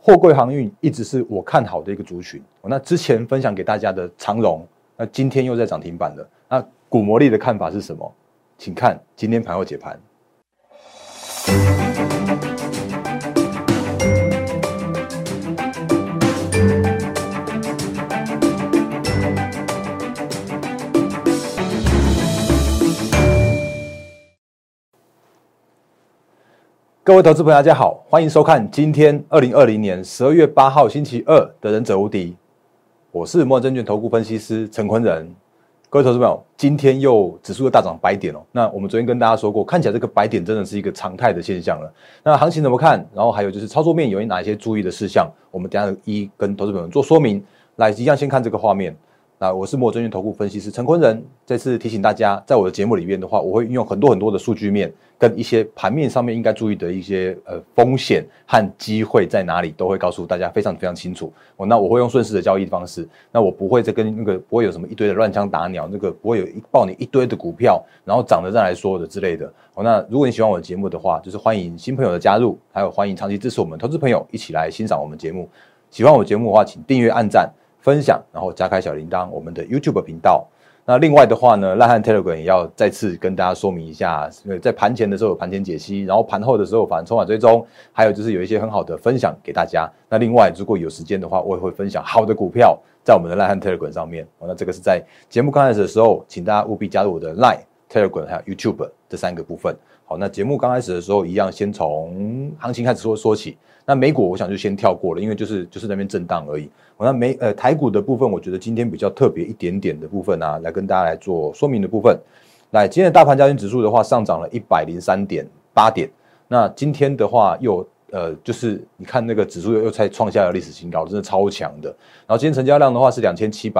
货柜航运一直是我看好的一个族群。那之前分享给大家的长荣，那今天又在涨停板了。那股魔力的看法是什么？请看今天盘后解盘。各位投资朋友大家好，欢迎收看今天2020年12月8号星期二的忍者无敌，我是摩尔证券投顾分析师陈坤仁。各位投资朋友，今天指数又大涨100点哦。那我们昨天跟大家说过，看起来这个100点真的是一个常态的现象了。那行情怎么看？然后还有就是操作面有哪一些注意的事项，我们等一下一跟投资朋友做说明。来，一样先看这个画面。那我是摩尔证券投顾分析师陈坤仁，这次提醒大家，在我的节目里面的话，我会运用很多的数据面，跟一些盘面上面应该注意的一些风险和机会在哪里，都会告诉大家非常清楚。那我会用顺势的交易方式，那我不会再跟不会有什么一堆的乱枪打鸟，不会有爆你一堆的股票，然后涨了再来说的之类的。那如果你喜欢我的节目的话，就是欢迎新朋友的加入，还有欢迎长期支持我们投资朋友一起来欣赏我们节目。喜欢我节目的话，请订阅、按赞、分享，然后加开小铃铛，我们的 YouTube 频道。那另外的话呢，赖汉 Telegram 也要再次跟大家说明一下，在盘前的时候有盘前解析，然后盘后的时候反筹码追踪，还有就是有一些很好的分享给大家。那另外如果有时间的话，我也会分享好的股票在我们的赖汉 Telegram 上面。那这个是在节目刚开始的时候，请大家务必加入我的 Line、Telegram 还有 YouTube 这3个部分。好，那节目刚开始的时候一样，先从行情开始说起。那美股我想就先跳过了，因为就是那边震荡而已。那台股的部分，我觉得今天比较特别一点点的部分啊，来跟大家来做说明的部分。来，今天的大盘加权指数的话，上涨了103.8点。那今天的话又就是你看那个指数又再创下了历史新高，真的超强的。然后今天成交量的话是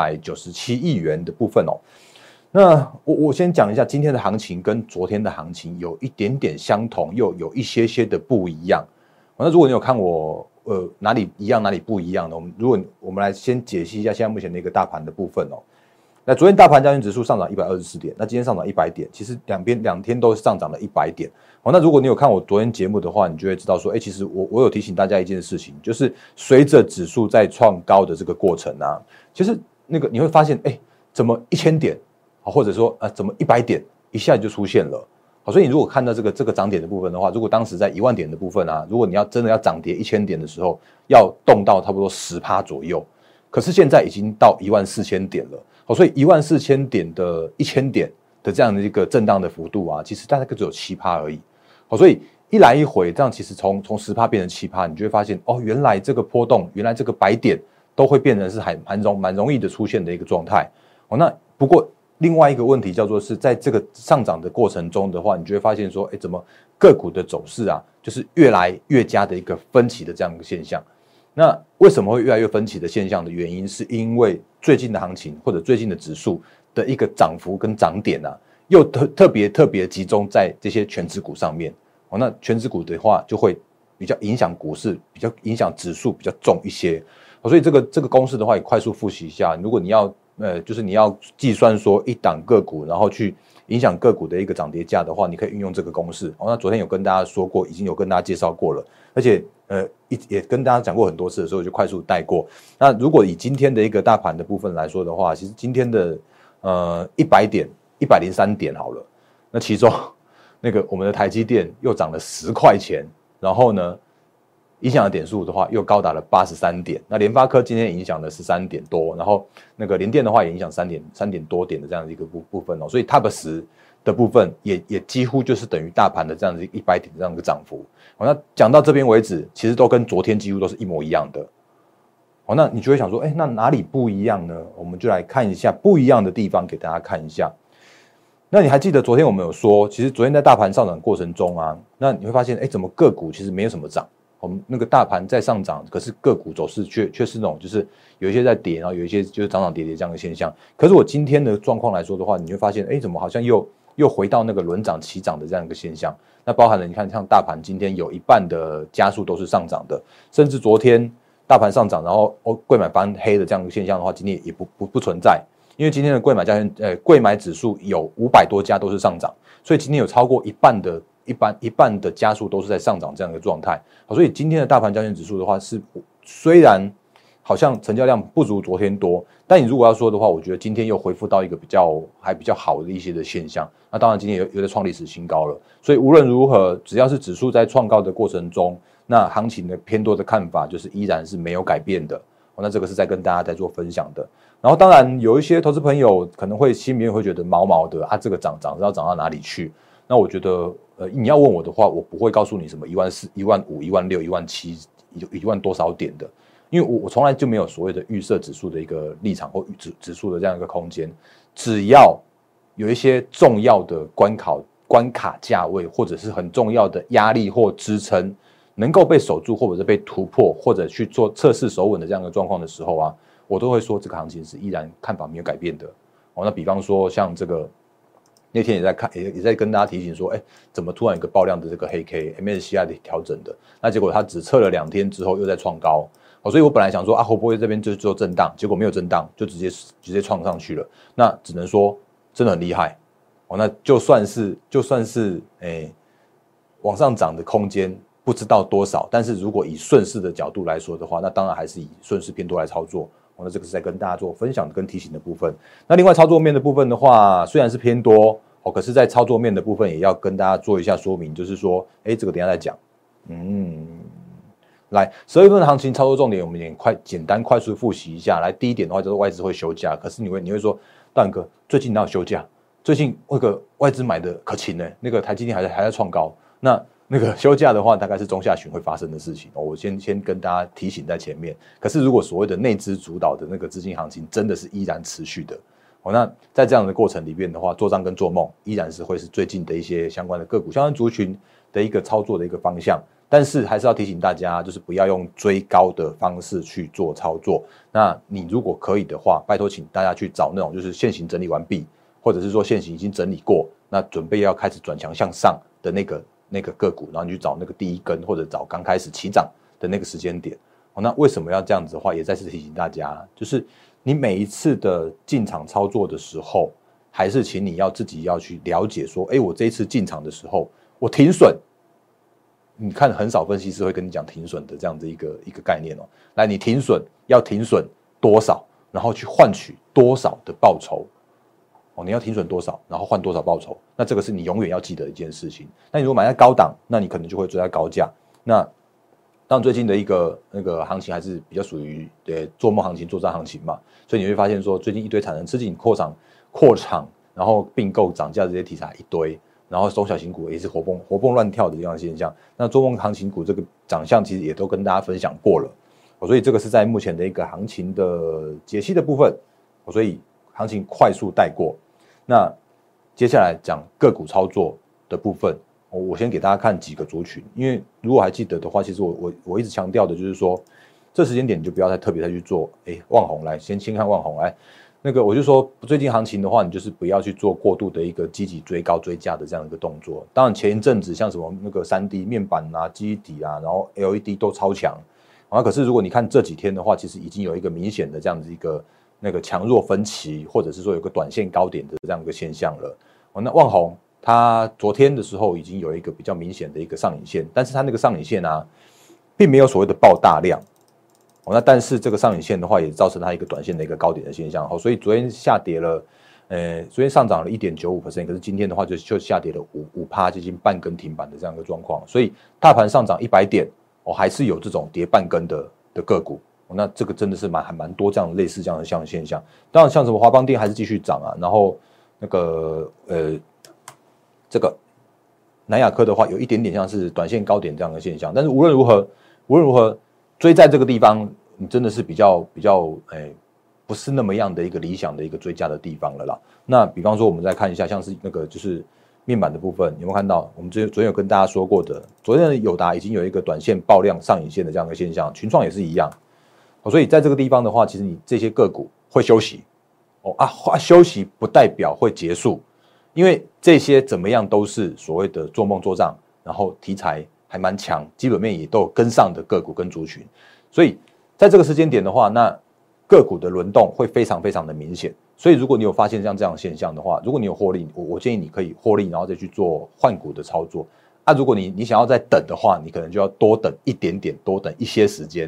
2797亿元的部分哦。那我先讲一下今天的行情跟昨天的行情有一点点相同，又有一些的不一样。那如果你有看我哪里一样哪里不一样的，如果我们来先解析一下现在目前的一个大盘的部分哦。那昨天大盘加权指数上涨124点，那今天上涨100点，其实两天都上涨了100点。那如果你有看我昨天节目的话，你就会知道说，其实我有提醒大家一件事情，就是随着指数在创高的这个过程啊，其实你会发现，怎么1000点，或者说怎么100点一下就出现了。好，所以你如果看到这个涨点的部分的话，如果当时在10000点的部分啊，如果你真的要涨跌1000点的时候，要动到差不多10%左右。可是现在已经到14000点了，好，所以14000点的1000点的这样的一个震荡的幅度啊，其实大概只有7%而已。好，所以一来一回，这样其实从10%变成7%，你就会发现原来这个波动，原来这个100点都会变成是蛮容易的出现的一个状态。那不过另外一个问题叫做是在这个上涨的过程中的话，你就会发现说，怎么个股的走势啊，就是越来越加的一个分歧的这样一个现象。那为什么会越来越分歧的现象的原因，是因为最近的行情或者最近的指数的一个涨幅跟涨点啊，又特别集中在这些全指股上面。那全指股的话，就会比较影响股市，比较影响指数比较重一些。所以这个公式的话，也快速复习一下。如果你要就是你要计算说一档个股，然后去影响个股的一个涨跌价的话，你可以运用这个公式。那昨天有跟大家说过，已经有跟大家介绍过了，而且也跟大家讲过很多次的时候，就快速带过。那如果以今天的一个大盘的部分来说的话，其实今天的100点103点好了，那其中我们的台积电又涨了10块钱，然后呢影响的点数的话又高达了83点，那联发科今天影响的是3点多，然后联电的话也影响3点多点的这样的一个部分哦，所以 TOP 10的部分也几乎就是等于大盘的这样子100点的这样一个涨幅。那讲到这边为止，其实都跟昨天几乎都是一模一样的。那你就会想说，那哪里不一样呢？我们就来看一下不一样的地方给大家看一下。那你还记得昨天我们有说，其实昨天在大盘上涨过程中啊，那你会发现，怎么个股其实没有什么涨。我们大盘在上涨，可是个股走势却是那种就是有一些在跌，然后有一些就是涨跌这样的现象。可是我今天的状况来说的话，你会发现，怎么好像又回到那个轮涨齐涨的这样一个现象。那包含了你看，像大盘今天有一半的家数都是上涨的，甚至昨天大盘上涨，然后柜买翻黑的这样一个现象的话，今天也不存在。因为今天的柜买指数有500多家都是上涨，所以今天有超过一半的家数都是在上涨这样一个状态。所以今天的大盘加权指数的话，是虽然好像成交量不如昨天多，但你如果要说的话，我觉得今天又恢复到一个比较好的一些的现象。那当然今天又在创历史新高了，所以无论如何，只要是指数在创高的过程中，那行情的偏多的看法就是依然是没有改变的。那这个是在跟大家在做分享的。然后当然有一些投资朋友可能会心里面会觉得毛毛的啊，这个涨要涨到哪里去？那我觉得你要问我的话，我不会告诉你什么14000、15000、16000、17000、1万多少点的。因为我从来就没有所谓的预设指数的一个立场或指数的这样一个空间，只要有一些重要的关卡价位，或者是很重要的压力或支撑能够被守住，或者是被突破，或者去做测试守稳的这样一个状况的时候啊，我都会说这个行情是依然看法没有改变的。那比方说像这个那天也在跟大家提醒说，怎么突然有一个爆量的这个黑 K MSCI 的调整的，那结果它只测了2天之后又在创高。所以我本来想说会不会这边就做震荡，结果没有震荡，就直接创上去了。那只能说真的很厉害。那就算是往上涨的空间不知道多少，但是如果以顺势的角度来说的话，那当然还是以顺势偏多来操作。那这个是在跟大家做分享跟提醒的部分。那另外操作面的部分的话，虽然是偏多，可是在操作面的部分也要跟大家做一下说明，就是说，这个等一下再讲。来，12月份的行情操作重点，我们也简单快速复习一下。来，第一点的话就是外资会休假，可是你会说，大勇哥最近哪有休假？最近那个外资买的可勤呢，那个台积电还在创高。那个休假的话，大概是中下旬会发生的事情。我先跟大家提醒在前面。可是如果所谓的内资主导的那个资金行情真的是依然持续的，那在这样的过程里面的话，做账跟做梦依然是会是最近的一些相关的个股、相关族群的一个操作的一个方向。但是还是要提醒大家，就是不要用追高的方式去做操作。那你如果可以的话，拜托请大家去找那种就是现行整理完毕，或者是说现行已经整理过，那准备要开始转强向上的那个个股，然后你去找那个第一根或者找刚开始起涨的那个时间点。那为什么要这样子的话，也再次提醒大家，就是你每一次的进场操作的时候，还是请你自己要去了解说，我这一次进场的时候，我停损。你看很少分析师会跟你讲停损的这样的一个概念。来，你停损要停损多少，然后去换取多少的报酬。你要停损多少，然后换多少报酬，那这个是你永远要记得的一件事情。那你如果买在高档，那你可能就会追在高价。那当然最近的那个行情还是比较属于做梦行情、作战行情嘛，所以你会发现说最近一堆产能吃紧扩厂，然后并购涨价这些题材一堆。然后中小型股也是活蹦乱跳的这样的现象。那做梦行情股这个长相其实也都跟大家分享过了，所以这个是在目前的一个行情的解析的部分，所以行情快速带过。那接下来讲个股操作的部分，我先给大家看几个族群，因为如果还记得的话，其实我一直强调的就是说，这时间点你就不要再特别去做旺宏。来先看旺宏。来，那个我就说最近行情的话，你就是不要去做过度的一个积极追高追价的这样一个动作。当然前一阵子像什么那个 3D 面板啊、基底啊，然后 LED 都超强可是如果你看这几天的话，其实已经有一个明显的这样子一个那个强弱分歧，或者是说有个短线高点的这样一个现象了。那旺宏它昨天的时候已经有一个比较明显的一个上影线，但是它那个上影线并没有所谓的爆大量。那但是这个上影线的话，也造成它一个短线的一个高点的现象。所以昨天下跌了，昨天上涨了 1.95%， 可是今天的话就下跌了5%，接近半根停板的这样一个状况。所以大盘上涨100点，还是有这种跌半根的个股。那这个真的是还蛮多这样类似这样的现象。当然像什么华邦电还是继续涨然后那个这个南亚科的话，有一点点像是短线高点这样的现象。但是无论如何追在这个地方，你真的是比较不是那么样的一个理想的一个追价的地方了啦。那比方说我们再看一下，像是那个就是面板的部分，有没有看到？我们昨天有跟大家说过的，昨天的友达已经有一个短线爆量上影线的这样的现象，群创也是一样。所以在这个地方的话，其实你这些个股会休息休息不代表会结束，因为这些怎么样都是所谓的做梦做账，然后题材还蛮强，基本面也都有跟上的个股跟族群。所以在这个时间点的话，那个股的轮动会非常非常的明显。所以如果你有发现像这样的现象的话，如果你有获利，我建议你可以获利，然后再去做换股的操作。如果你想要再等的话，你可能就要多等一点点，多等一些时间，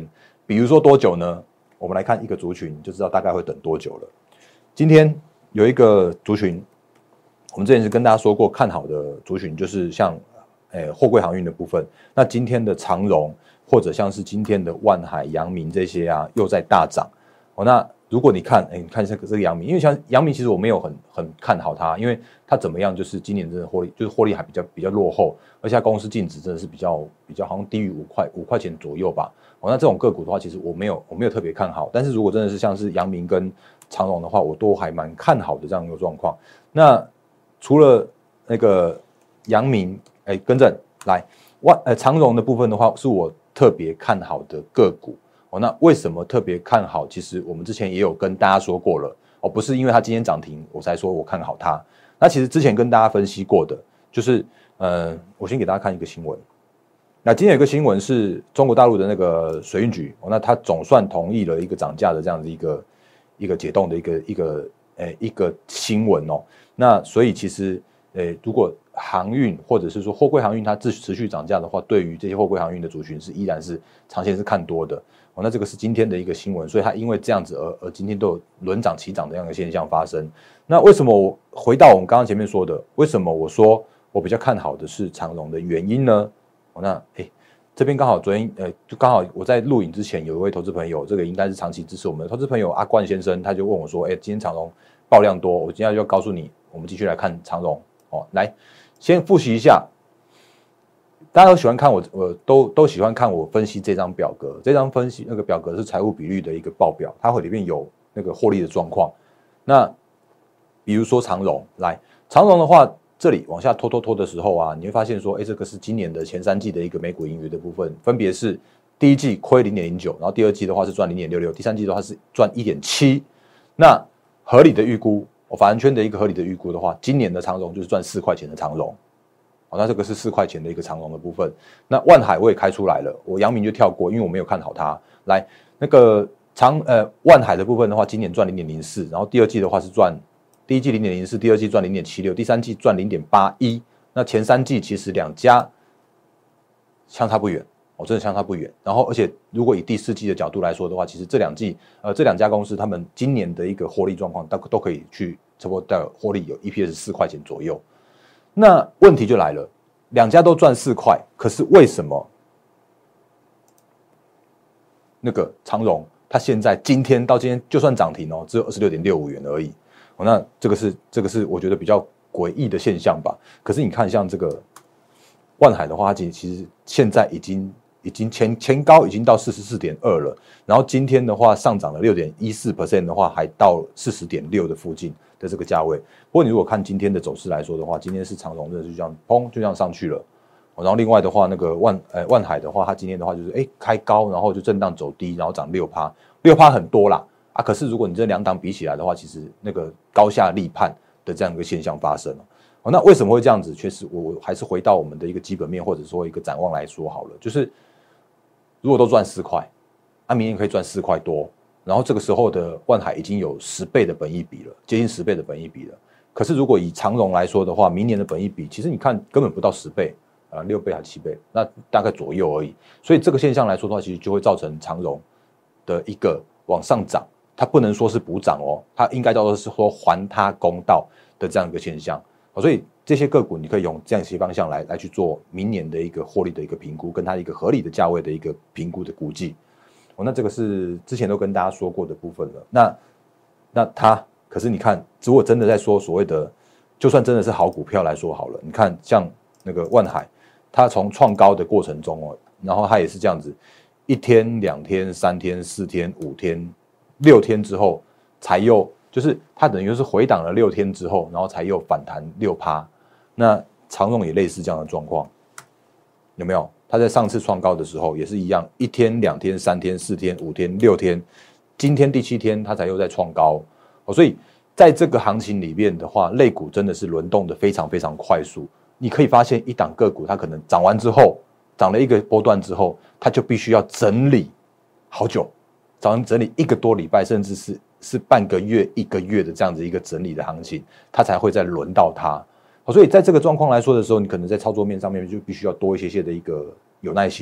比如说多久呢？我们来看一个族群，就知道大概会等多久了。今天有一个族群，我们之前是跟大家说过，看好的族群就是像货柜航运的部分。那今天的长荣，或者像是今天的万海、阳明这些啊，又在大涨。那如果你看，你看这个阳明，因为像阳明其实我没有很看好它，因为它怎么样，就是今年真的获利，就是获利还比较落后，而且它公司净值真的是比较好像低于5块钱左右吧。那这种个股的话，其实我没有特别看好，但是如果真的是像是阳明跟长荣的话，我都还蛮看好的这样一个状况。那除了那个阳明，更正来长荣的部分的话，是我特别看好的个股。那为什么特别看好？其实我们之前也有跟大家说过了，不是因为它今天涨停我才说我看好它。那其实之前跟大家分析过的，就是我先给大家看一个新闻。那今天有一个新闻是中国大陆的那个水运局，那它总算同意了一个涨价的这样子一个解冻的一个新闻哦。那所以其实如果航运或者是说货柜航运它持续涨价的话，对于这些货柜航运的族群是依然是长线是看多的。那这个是今天的一个新闻，所以它因为这样子而今天都有轮涨齐涨的这样的现象发生。那为什么我回到我们刚刚前面说的，为什么我说我比较看好的是长荣的原因呢？那这边刚好昨天就刚好我在录影之前有一位投资朋友，这个应该是长期支持我们的投资朋友阿冠先生，他就问我说，今天长荣爆量多，我今天就要告诉你，我们继续来看长荣来先复习一下。大家都喜欢看我都喜欢看我分析这张表格，这张分析那个表格是财务比率的一个报表，它会里面有那个获利的状况。那比如说长荣，长荣的话，这里往下拖的时候啊，你会发现说，这个是今年的前3季的一个每股盈余的部分，分别是第一季亏 0.09， 然后第二季的话是赚 0.66， 第三季的话是赚 1.7。那合理的预估，法人圈的一个合理的预估的话，今年的长荣就是赚4块钱的长荣。那这个是4块钱的一个长荣的部分。那万海我也开出来了，我阳明就跳过，因为我没有看好它。来，那个万海的部分的话，今年赚 0.04， 然后第二季的话是赚第一季 0.04， 第二季赚 0.76， 第三季赚 0.81。那前3季其实两家相差不远，真的相差不远。然后而且如果以第4季的角度来说的话，其实这两家公司他们今年的一个获利状况都可以去差不多到获利有 EPS 4块钱左右。那问题就来了，两家都赚4块，可是为什么那个长荣它今天到今天就算涨停只有 26.65 元而已。那这个是我觉得比较诡异的现象吧。可是你看像这个万海的话，它其实现在已经前高已经到 44.2 了，然后今天的话上涨了 6.14% 的话，还到 40.6 的附近的这个价位。不过你如果看今天的走势来说的话，今天是长荣真的就这样砰就这样上去了。然后另外的话，那个万海的话，它今天的话就是开高，然后就震荡走低，然后涨 6%，6% 很多啦啊。可是如果你这两档比起来的话，其实那个高下立判的这样一个现象发生了。那为什么会这样子？确实我还是回到我们的一个基本面或者说一个展望来说好了，就是如果都赚4块，明年可以赚4块多，然后这个时候的万海已经有10倍的本益比了，接近10倍的本益比了。可是如果以长荣来说的话，明年的本益比其实你看根本不到10倍，6倍还7倍，那大概左右而已。所以这个现象来说的话，其实就会造成长荣的一个往上涨，它不能说是补涨它应该叫做是说还它公道的这样一个现象。所以这些个股你可以用这样一些方向来去做明年的一个获利的一个评估，跟它一个合理的价位的一个评估的估计。那这个是之前都跟大家说过的部分了。那它可是你看，如果真的在说所谓的，就算真的是好股票来说好了，你看像那个万海，它从创高的过程中然后它也是这样子，1天、2天、3天、4天、5天、6天之后才又。就是它等于是回档了6天之后，然后才又反弹 6%。那长荣也类似这样的状况，有没有？它在上次创高的时候也是一样，1天、2天、3天、4天、5天、6天，今天第7天它才又在创高。所以在这个行情里面的话，类股真的是轮动的非常非常快速。你可以发现一档个股它可能涨完之后，涨了一个波段之后，它就必须要整理好久，整理1个多礼拜，甚至是半个月、1个月的这样子一个整理的行情，它才会再轮到它。所以在这个状况来说的时候，你可能在操作面上面就必须要多一些的一个有耐心。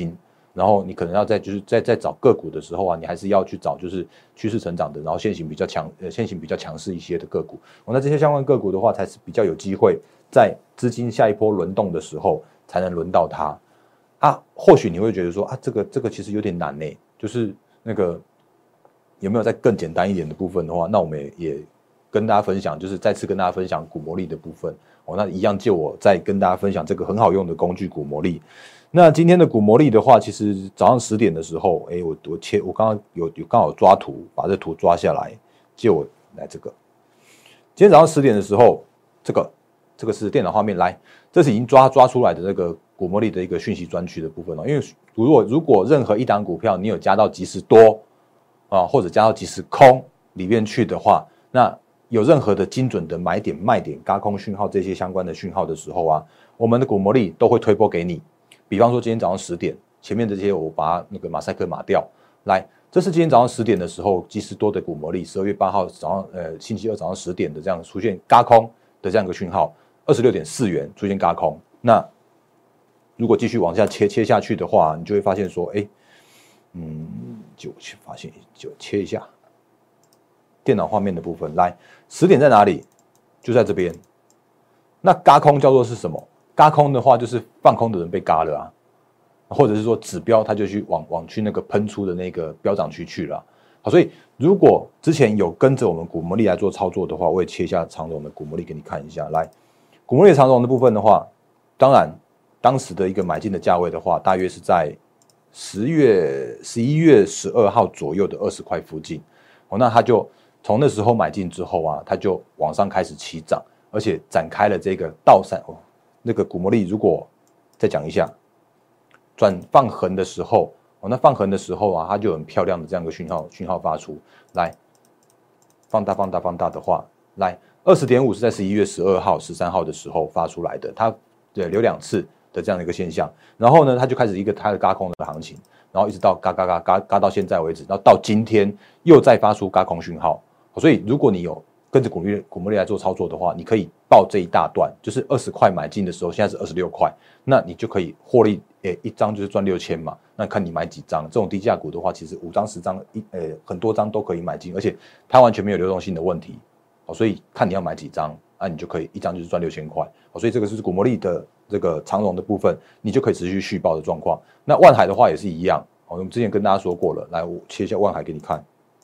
然后你可能要在找个股的时候啊，你还是要去找就是趋势成长的，然后现行比较强势一些的个股。那这些相关个股的话，才是比较有机会在资金下一波轮动的时候才能轮到它啊。或许你会觉得说啊，这个其实有点难呢，就是那个有没有再更简单一点的部分的话，那我们也跟大家分享，就是再次跟大家分享股魔力的部分。那一样就我再跟大家分享这个很好用的工具股魔力。那今天的股魔力的话，其实早上10点的时候，我刚刚有刚好抓图，把这图抓下来，借我来这个。今天早上10点的时候，这个是电脑画面来，这是已经抓出来的这个股魔力的一个讯息专区的部分了。因为如果任何一档股票你有加到即时多啊，或者加到即时空里面去的话，那有任何的精准的买点、卖点、軋空讯号这些相关的讯号的时候啊，我们的股魔力都会推播给你。比方说今天早上10点，前面的这些我把那个马赛克码掉。来，这是今天早上10点的时候，即时多的股魔力，12月8号早上星期二早上10点的这样出现軋空的这样一个讯号，26.4元出现軋空。那如果继续往下切下去的话，你就会发现说，就切一下电脑画面的部分。来，10点在哪里？就在这边。那軋空叫做是什么？軋空的话就是放空的人被軋了啊，或者是说指标它就去往去那个喷出的那个飙涨区去了。好，所以如果之前有跟着我们股魔力来做操作的话，我也切一下长荣的股魔力给你看一下。来，股魔力长荣的部分的话，当然当时的一个买进的价位的话，大约是在11月12号左右的20块附近。那它就从那时候买进之后啊，它就往上开始起涨，而且展开了这个倒三。那个股魔力如果再讲一下，转放横的时候，那放横的时候啊，它就很漂亮的这样一个讯号发出来，放大的话，来20.5是在11月12号、13号的时候发出来的，它留2次的这样的一个现象，然后呢，它就开始它的軋空的行情，然后一直到軋到现在为止，然后到今天又再发出軋空讯号，所以如果你有跟着股魔力来做操作的话，你可以报这一大段，就是20块买进的时候，现在是26块，那你就可以获利，一张就是赚6000嘛。那看你买几张，这种低价股的话，其实5张、10张，很多张都可以买进，而且它完全没有流动性的问题，所以看你要买几张，你就可以一张就是赚6000块，所以这个是股魔力的这个长荣的部分，你就可以持续续报的状况。那万海的话也是一样，我们之前跟大家说过了，来我切一下万海给你看。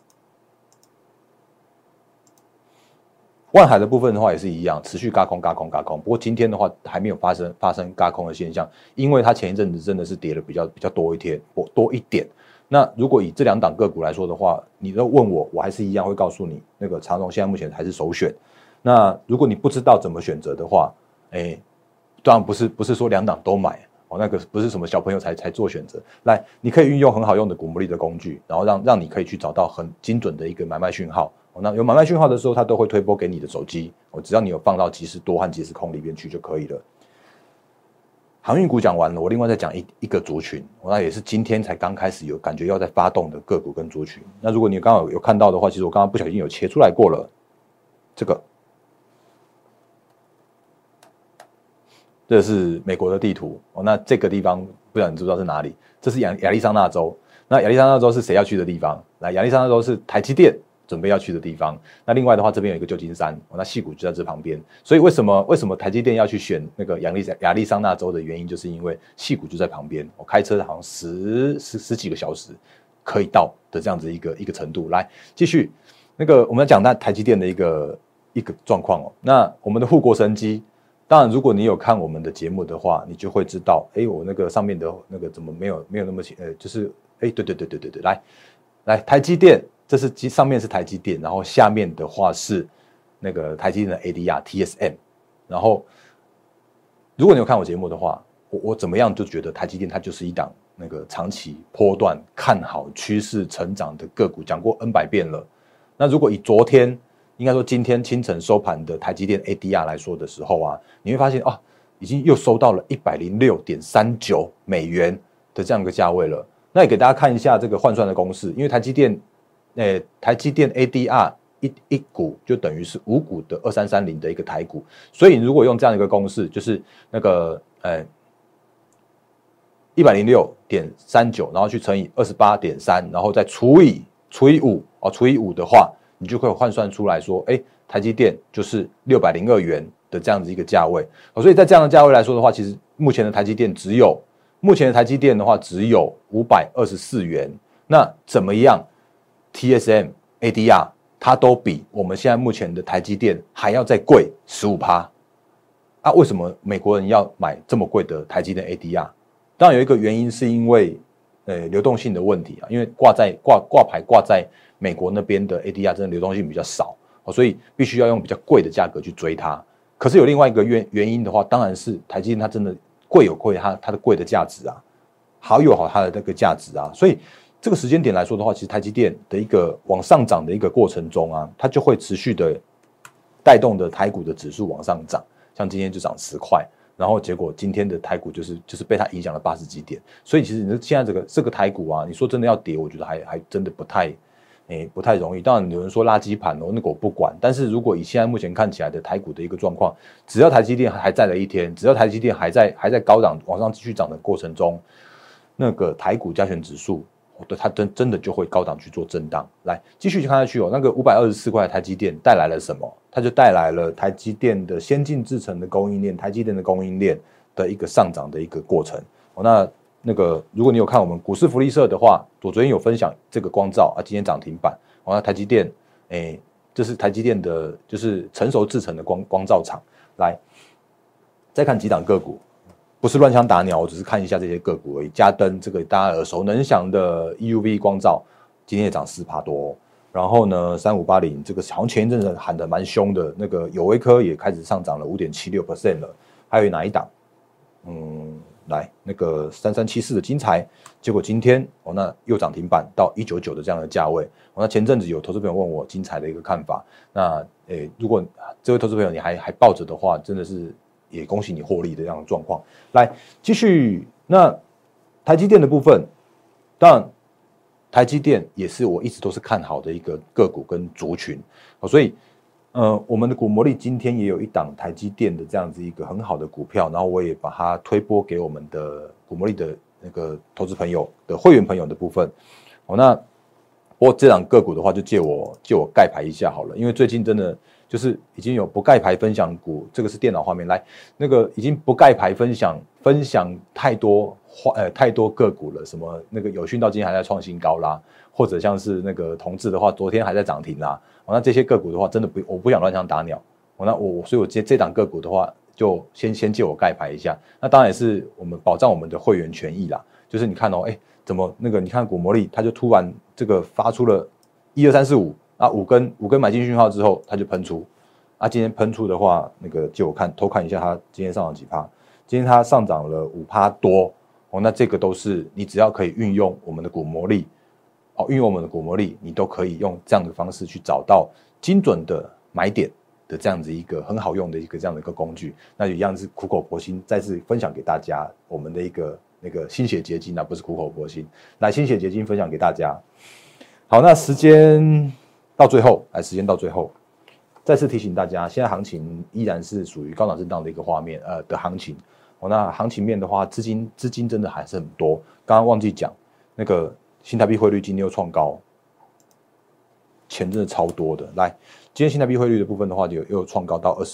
万海的部分的话也是一样，持续軋空。不过今天的话还没有发生軋空的现象，因为它前一阵子真的是跌了比较多一点。那如果以这2档个股来说的话，你都问我，我还是一样会告诉你，那个长荣现在目前还是首选。那如果你不知道怎么选择的话，当然不是说2档都买。那个不是什么小朋友才做选择。来，你可以运用很好用的股魔力的工具，然后让你可以去找到很精准的一个买卖讯号。那有买卖讯号的时候，它都会推播给你的手机。只要你有放到即时多和即时空里面去就可以了。航运股讲完了，我另外再讲一个族群，那也是今天才刚开始有感觉要在发动的个股跟族群。那如果你刚好有看到的话，其实我刚刚不小心有切出来过了。这是美国的地图。那这个地方不知道你知不知道是哪里？这是亚利桑那州。那亚利桑那州是谁要去的地方？来，亚利桑那州是台积电准备要去的地方。那另外的话，这边有一个旧金山，那矽谷就在这旁边。所以为什么台积电要去选那个亚利桑那州的原因，就是因为矽谷就在旁边，我开车好像十几个小时可以到的这样子一个程度。来，继续那个我们要讲到台积电的一个状况哦。那我们的护国神机。当然，如果你有看我们的节目的话，你就会知道，我那个上面的那个怎么没有那么就是对，来，台积电，这是上面是台积电，然后下面的话是那个台积电的 ADR TSM， 然后如果你有看我节目的话，我怎么样就觉得台积电它就是一档那个长期波段看好趋势成长的个股，讲过 N 百遍了。那如果以昨天。应该说，今天清晨收盘的台积电 ADR 来说的时候啊，你会发现已经又收到了106.39美元的这样一个价位了。那也给大家看一下这个换算的公式，因为台积电 ADR 一股就等于是5股的2330的一个台股，所以如果用这样一个公式，就是那个 106.39，然后去乘以28.3，然后再除以5除以5的话，你就可以换算出来说，台积电就是602元的这样子一个价位。所以在这样的价位来说的话，其实目前的台积电只有524元。那怎么样 ？TSM、ADR 它都比我们现在目前的台积电还要再贵15%。为什么美国人要买这么贵的台积电 ADR？ 当然有一个原因是因为流动性的问题因为挂牌挂在美国那边的 ADR 真的流动性比较少，所以必须要用比较贵的价格去追它。可是有另外一个原因的话，当然是台积电它真的贵有贵它的贵的价值好有好它的那个价值所以这个时间点来说的话，其实台积电的一个往上涨的一个过程中它就会持续的带动的台股的指数往上涨，像今天就涨10块，然后结果今天的台股就是被它影响了80几点，所以其实你现在这个台股你说真的要跌，我觉得还真的不太容易。当然有人说垃圾盘那个我不管，但是如果以现在目前看起来的台股的一个状况，只要台积电还在了一天，只要台积电还在高涨往上继续涨的过程中，那个台股加权指数它真的就会高档去做震荡。来继续看下去那个524块的台积电带来了什么？它就带来了台积电的先进制程的供应链，台积电的供应链的一个上涨的一个过程。那个如果你有看我们股市福利社的话，我昨天有分享这个光罩今天涨停板。那台积电这是台积电的就是成熟制程的光罩厂。来再看几档个股，不是乱枪打鸟，我只是看一下这些个股而已。嘉登这个大家耳熟能详的 EUV 光罩，今天也涨4%多然后呢，3580这个好像前一阵子喊得蛮凶的，那个友微科也开始上涨了5.76% 了。还有哪一档？来那个3374的精材，结果今天那又涨停板到199的这样的价位。那前阵子有投资朋友问我精材的一个看法，那如果这位投资朋友你还抱着的话，真的是也恭喜你获利的这样的状况。来继续，那台积电的部分，当然台积电也是我一直都是看好的一个个股跟族群，所以我们的股魔力今天也有一档台积电的这样子一个很好的股票，然后我也把它推播给我们的股魔力的那个投资朋友的会员朋友的部分。那不过这档个股的话，就借我盖牌一下好了，因为最近真的就是已经有不盖牌分享股，这个是电脑画面来，那个已经不盖牌分享太多个股了，什么那个友讯到今天还在创新高啦，或者像是那个同志的话，昨天还在涨停啦。那这些个股的话，真的我不想乱枪打鸟。所以我这档个股的话，就先借我盖牌一下。那当然也是我们保障我们的会员权益啦。就是你看怎么那个你看股魔力，它就突然这个发出了1、2、3、4、5，五根买进讯号之后，它就喷出。今天喷出的话，那个借我偷看一下，它今天上涨几趴？今天它上涨了5%多。那这个都是你只要可以运用我们的股魔力。运用我们的股魔力，你都可以用这样的方式去找到精准的买点的这样子一个很好用的这样的一个工具。那一样是苦口婆心再次分享给大家我们的一个那个心血结晶不是苦口婆心，来心血结晶分享给大家。好，那时间到最后，再次提醒大家，现在行情依然是属于高档震荡的一个画面的行情。那行情面的话，资金真的还是很多。刚刚忘记讲那个。新台币汇率今天又创高，钱真的超多的。来，今天新台币汇率的部分的话，又创高到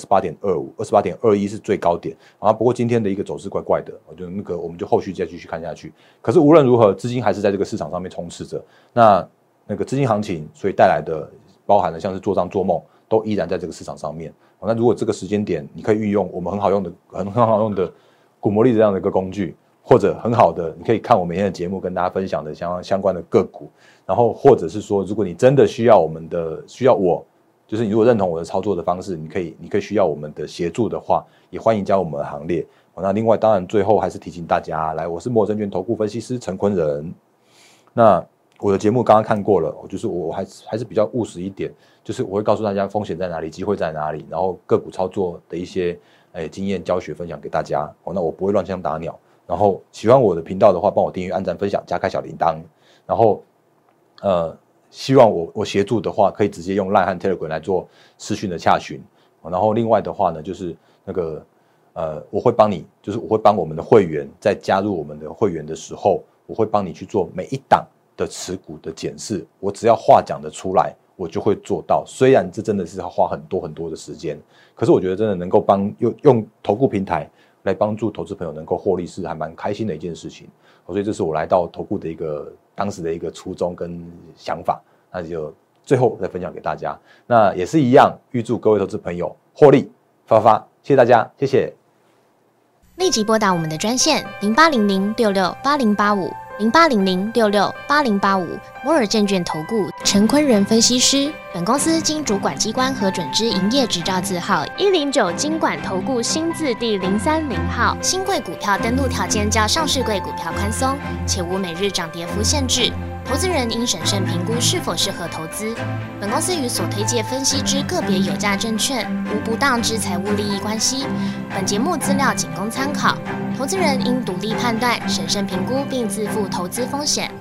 28.21是最高点不过今天的一个走势怪怪的，我们就后续再继续看下去。可是无论如何，资金还是在这个市场上面充斥着。那个资金行情，所以带来的包含了像是做账做梦，都依然在这个市场上面。那如果这个时间点，你可以运用我们很好用的股魔力这样的一个工具。或者很好的，你可以看我每天的节目，跟大家分享的相关的个股，然后或者是说，如果你真的需要我，就是你如果认同我的操作的方式，你可以需要我们的协助的话，也欢迎加入我们的行列。那另外，当然最后还是提醒大家，来，我是摩尔证券投顾分析师陈坤仁。那我的节目刚刚看过了，就是我还是比较务实一点，就是我会告诉大家风险在哪里，机会在哪里，然后个股操作的一些经验教学分享给大家。那我不会乱枪打鸟。然后喜欢我的频道的话，帮我订阅、按赞、分享、加开小铃铛。然后，希望我协助的话，可以直接用 LINE 和 Telegram 来做视讯的洽询。然后另外的话呢，就是那个我会帮你，就是我会帮我们的会员在加入我们的会员的时候，我会帮你去做每一档的持股的检视，我只要话讲得出来，我就会做到。虽然这真的是要花很多很多的时间，可是我觉得真的能够用投顾平台来帮助投资朋友能够获利，是还蛮开心的一件事情。所以这是我来到投顾的当时的一个初衷跟想法，那就最后再分享给大家。那也是一样，预祝各位投资朋友获利发发，谢谢大家，谢谢。 立即拨打我们的专线0800668085。0800668085，摩尔证券投顾陈坤仁分析师。本公司经主管机关核准之营业执照字号109金管投顾新字第030号。新贵股票登录条件较上市贵股票宽松，且无每日涨跌幅限制。投资人应审慎评估是否适合投资。本公司与所推介分析之个别有价证券无不当之财务利益关系。本节目资料仅供参考，投资人应独立判断、审慎评估并自负投资风险。